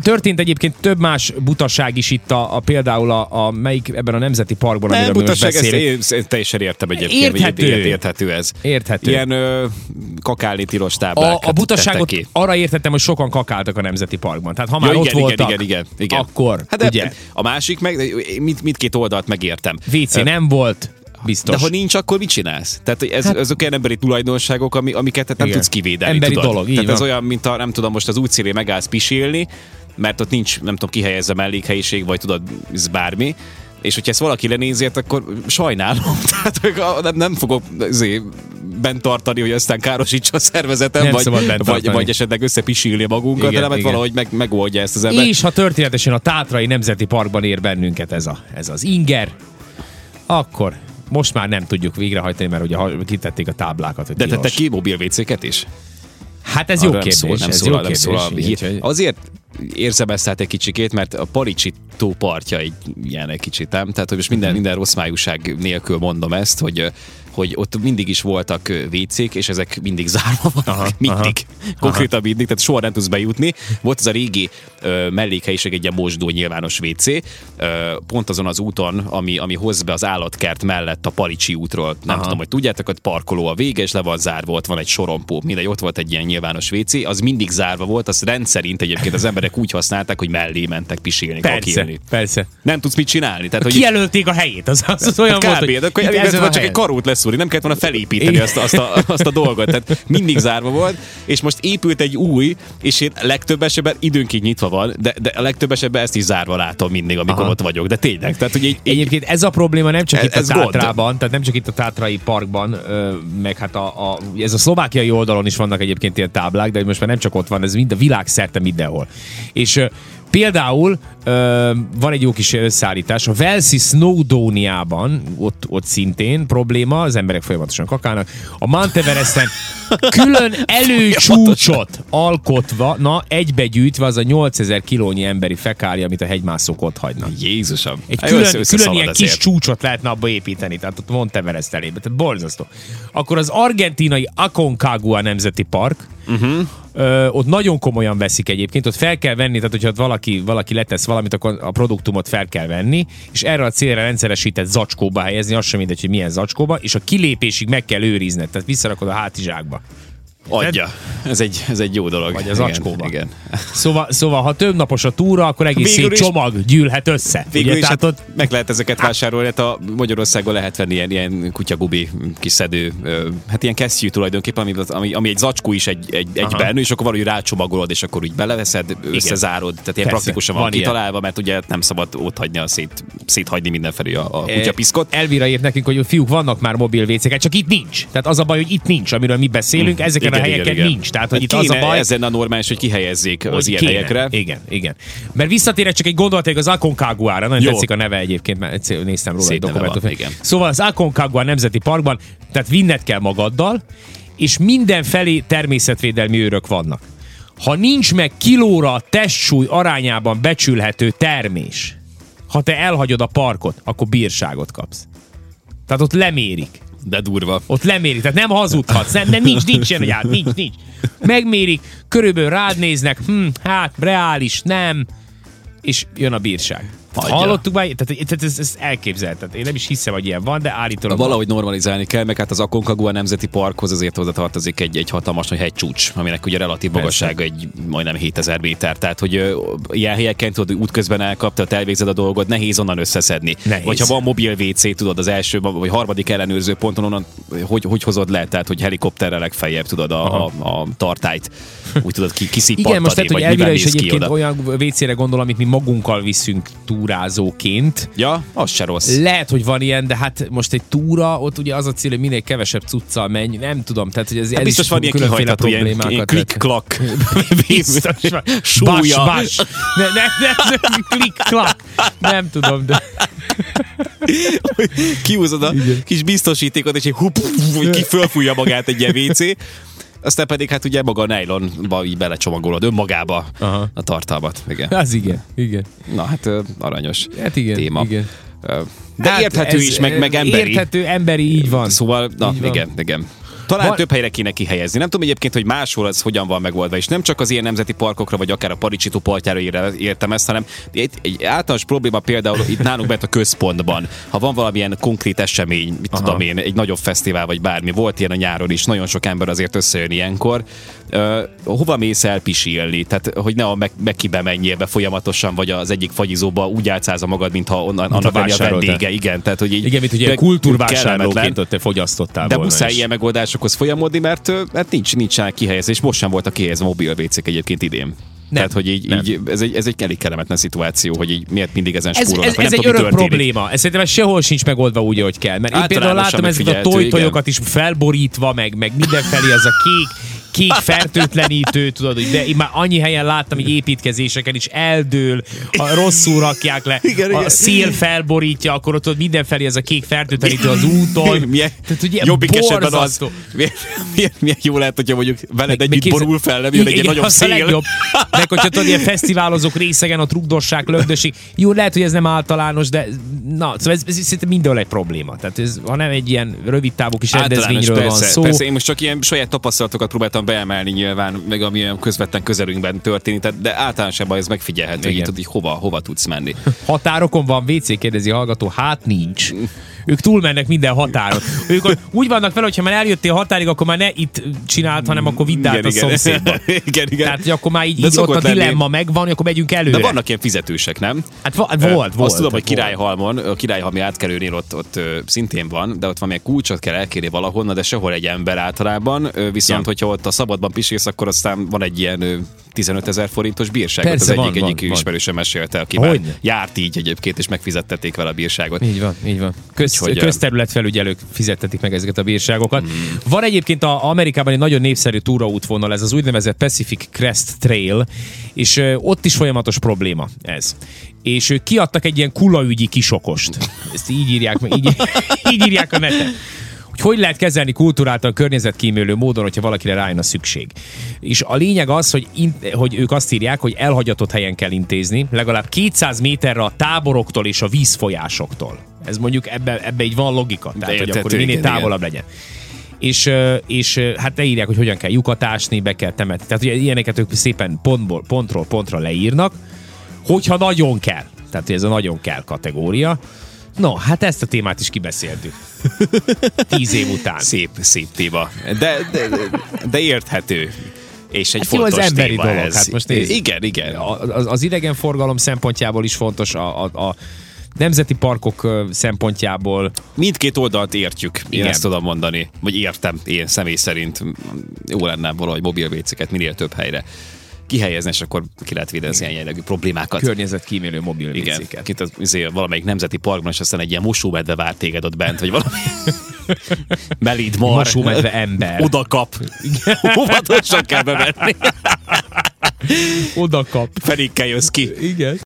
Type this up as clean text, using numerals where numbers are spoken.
Történt egyébként több más butaság is itt például melyik ebben a Nemzeti Parkban, amiről butaság, most beszélünk. ezt teljesen értem egyébként. Érthető ez. Érthető. Ilyen kakálni tilos táblákat. A butaságot arra értettem, hogy sokan kakáltak a Nemzeti Parkban. Tehát ha már ott voltak, igen. akkor hát ugye. A másik meg, mindkét oldalt megértem. WC nem volt. Biztos. De ha nincs, akkor mit csinálsz? Tehát ezek olyan emberi tulajdonságok, amiket nem tudsz kivédeni. Emberi tudod? dolog, Tehát ez olyan, mint nem tudom, most az útszélén megállsz pisilni, mert ott nincs, nem tudom, kihelyezve mellékhelyiség, vagy tudod, ez bármi. És hogyha ezt valaki lenézi, akkor sajnálom. Tehát nem fogok bent tartani, hogy aztán károsítsa a szervezetem, vagy esetleg összepisilni magunkat, de nem valahogy megoldja ezt az ember. És ha történetesen a Tátrai Nemzeti Parkban ér bennünket ez az inger, akkor most már nem tudjuk végrehajtani, mert ugye kitették a táblákat. De tettek ki mobil WC-ket is? Hát ez jó kérdés. Nem szól. Azért érzem ezt egy kicsikét, mert a Paricsi tó partja ilyen egy kicsit, nem? Tehát, hogy most minden rossz májúság nélkül mondom ezt, hogy ott mindig is voltak WC-k, és ezek mindig zárva vannak. Mindig. Konkrétan mindig, tehát soha nem tudsz bejutni. Volt az a régi mellékhelyiség, egy ilyen mosdó nyilvános WC, pont azon az úton, ami hoz be az állatkert mellett a Paricsi útról. Nem tudom, hogy tudjátok, hogy parkoló a vége, és le van zárva, ott van egy sorompó. Mindegy, ott volt egy ilyen nyilvános WC, az mindig zárva volt, az rendszerint egyébként az emberek úgy használták, hogy mellé mentek pisilni, kakilni. Persze. Nem tudsz mit csinálni. Tehát, hogy kijelölték a helyét, az olyan volt, hogy akkor csak egy karót leszúrni, nem kellett volna felépíteni azt a dolgot. Tehát mindig zárva volt, és most épült egy új, és legtöbb esetben időnként nyitva van, de a legtöbb esetben ezt is zárva látom mindig, amikor ott vagyok. De tényleg. Tehát, hogy egyébként ez a probléma nem csak itt a Tátrában, tehát nem csak itt a Tátrai Parkban, meg hát ez a szlovákiai oldalon is vannak egyébként ilyen táblák, de most már nem csak ott van, ez mind a világszerte mindenhol. És például van egy jó kis összeállítás, a Walesi Snowdoniában, ott szintén probléma, az emberek folyamatosan kakálnak, a Mount Everesten külön előcsúcsot alkotva, egybegyűjtve az a 8000 kilónyi emberi fekálja, amit a hegymászók ott hagynak. Jézusom! Egy külön ilyen kis csúcsot lehetne abba építeni, tehát ott Mount Everest elébe, tehát borzasztó. Akkor az argentínai Aconcagua Nemzeti Park, ott nagyon komolyan veszik egyébként, ott fel kell venni, tehát hogyha valaki letesz valamit, akkor a produktumot fel kell venni, és erre a célra rendszeresített zacskóba helyezni, az sem mindegy, hogy milyen zacskóba, és a kilépésig meg kell őrizned, tehát visszarakod a hátizsákba. Adja. Ez egy jó dolog. Vagy az acskóba. Igen. Szóval, ha több napos a túra, akkor egész szép csomag gyűlhet össze. Végül is ott meg lehet ezeket vásárolni, hát a Magyarországon lehet venni ilyen kutyagubi kis szedő, hát ilyen kesztyű tulajdonképpen, ami egy zacskó is egyben, és akkor valahogy rácsomagolod, és akkor úgy beleveszed, összezárod. Tehát ilyen praktikusan van kitalálva, mert ugye nem szabad ott hagyni, széthagyni mindenfelé a kutyapiszkot. Elvira írt nekünk, hogy fiúk, vannak már mobil WC-k, csak itt nincs. Tehát az a baj, hogy itt nincs, amiről mi beszélünk, ezeken a helyeken nincs. Tehát, hogy itt az a baj, ezen a normális, hogy kihelyezzék az ilyen helyekre. Igen. Mert visszatérek csak egy gondolatig az Aconcaguára, nagyon tetszik a neve egyébként, mert néztem róla egy dokumentumot. Szóval az Aconcagua Nemzeti Parkban, tehát vinned kell magaddal, és mindenfelé természetvédelmi őrök vannak. Ha nincs meg kilóra a testsúly arányában becsülhető termés, ha te elhagyod a parkot, akkor bírságot kapsz. Tehát ott lemérik. De durva. Ott lemérik, tehát nem hazudhatsz, nem, nincs ilyen, hogy nincs. Megmérik, körülbelül rád néznek, hát reális, nem, és jön a bírság. Hallottuk már? Tehát ez elképzelhető. Én nem is hiszem, hogy ilyen van, de állítólag valahogy normalizálni kell, meg hát az Aconcagua Nemzeti Parkhoz azért hozzá tartozik egy hatalmas nagy hegycsúcs, aminek ugye relatív magassága egy majdnem 7000 méter. Tehát, hogy ilyen helyeken tudod, útközben elkaptad, elvégzed a dolgot, nehéz onnan összeszedni. Vagy ha van mobil WC, tudod, az első vagy harmadik ellenőrző ponton onnan, hogy hozod le, tehát hogy helikopterrel legfeljebb tudod a tartályt, úgy tudod kiszippattani. Igen, most tehát, hogy elvira is egyébként olyan WC-re gondol, amit mi magunkkal viszünk túrázóként. Ja, az se rossz. Lehet, hogy van ilyen, de hát most egy túra, ott ugye az a cél, hogy minél kevesebb cuccal menj, nem tudom, tehát hogy ez biztos van ilyen kihajtató, ilyen klik-klak. Biztos van. Súlya. Bas. Nem, klik-klak. Nem tudom, de... Kihúzod a kis biztosítékot, és így fölfújja magát egy ilyen WC. Aztán pedig hát ugye maga a nylonba így belecsomagolod önmagába a tartalmat. Igen. Az igen. Na hát aranyos téma. Igen. De hát érthető is, meg emberi. Érthető, emberi, így van. Szóval, na így igen. Talán több helyre kéne kihelyezni. Nem tudom egyébként, hogy máshol az hogyan van megoldva, és nem csak az ilyen nemzeti parkokra, vagy akár a Paricsi-tó partjára értem ezt, hanem egy általános probléma például itt nálunk bent a központban. Ha van valamilyen konkrét esemény, mit tudom én, egy nagyobb fesztivál, vagy bármi, volt ilyen a nyáron is, nagyon sok ember azért összejön ilyenkor. Hova mész el pisilni? Tehát, hogy ne a Mekkibe menjél be folyamatosan, vagy az egyik fagyizóba úgy álcázza magad, mintha annak lenni a vendége. Igen, tehát, hogy így igen, mint ugye kultúrvásárlóként ott te fogyasztottál de volna. muszáj ilyen megoldásokhoz folyamodni, mert nincsen kihelyezés. Most sem voltak kihelyezve mobil WC-k egyébként idén. Tehát, hogy így ez egy elég kellemetlen szituáció, hogy így miért mindig ezen spórolnak. Ez egy örök probléma. Ez szerintem sehol sincs megoldva úgy, ahogy kell. Mert én például látom ezeket a tojtojokat is felborítva, meg mindenfelé az a kék fertőtlenítő, tudod, hogy de én már annyi helyen láttam, hogy építkezéseken is eldől, rosszul rakják le, a szél felborítja, akkor ott tudod, mindenfelé ez a kék fertőtlenítő az úton. Jobbik esetben az, milyen jó lehet, hogyha mondjuk veled együtt borul fel, nem jön egy nagyobb szél. Meg hogyha tudod, ilyen fesztiválozók részegen ott rugdossák, lögdösik. Jó, lehet, hogy ez nem általános, de na, szóval ez szerintem mindenhol egy probléma. Tehát ha nem egy ilyen rövid távú kis rendezvényről van szó. Persze, én most csak ilyen saját tapasztalatokat próbáltam beemelni nyilván, meg ami olyan közvetlen közelünkben történik, de általánosában ez megfigyelhető, hogy tudod, hogy hova tudsz menni. Határokon van WC, kérdezi a hallgató, hát nincs. Ők túlmennek minden határon. Ők úgy vannak fel, hogyha már eljöttél határig, akkor már ne itt csináld, hanem akkor vidd át a szomszédba. Igen. Tehát, hogy akkor már így ott a dilemma megvan, akkor megyünk előre. De vannak ilyen fizetősek, nem? Hát volt. Azt tudom, hogy Királyhalmon, a Királyhalmi átkelőnél ott szintén van, de ott van, kulcsot kell elkérni valahonnan, de sehol egy ember általában. Viszont, hogyha ott a szabadban pisilsz, akkor aztán van egy ilyen 15 000 forintos bírság. Persze, az egyik ismerősöm mesélte, akivel járt így egyébként, és megfizettették vele a bírságot. Így van. Közterületfelügyelők fizettetik meg ezeket a bírságokat. Van egyébként Amerikában egy nagyon népszerű túraútvonal, ez az úgynevezett Pacific Crest Trail, és ott is folyamatos probléma ez. És ők kiadtak egy ilyen kulaügyi kisokost. Ezt így írják, így írják a neten. Hogy lehet kezelni kultúráltan környezetkímélő módon, hogyha valakire rájön a szükség. És a lényeg az, hogy ők azt írják, hogy elhagyatott helyen kell intézni, legalább 200 méterre a táboroktól és a vízfolyásoktól. Ez mondjuk ebbe így van logika, tehát hogy akkor minél távolabb legyen. És hát leírják, hogy hogyan kell lyukat ásni, be kell temetni. Tehát ugye ilyeneket ők szépen pontról pontra leírnak, hogyha nagyon kell. Tehát ez a nagyon kell kategória. No, hát ezt a témát is kibeszéltük. 10 év után. Szép téma. De érthető. És egy hát fontos jó, az emberi téma dolog. ez. Hát most igen. Az idegenforgalom szempontjából is fontos, a nemzeti parkok szempontjából. Mindkét oldalt értjük, én ezt tudom mondani. Vagy értem, én személy szerint jó lenne valahogy mobil WC-ket minél több helyre kihelyezni, és akkor ki lehet védeni ilyen jellegű problémákat. Környezetkímélő mobil WC-ket. Kint valamelyik nemzeti parkban, és aztán egy ilyen mosómedve vár téged ott bent, vagy valami melidmar. Mosómedve ember. Oda kap. Óvatosan kell bevenni. Oda kap. Fenékkel jössz ki. Igen.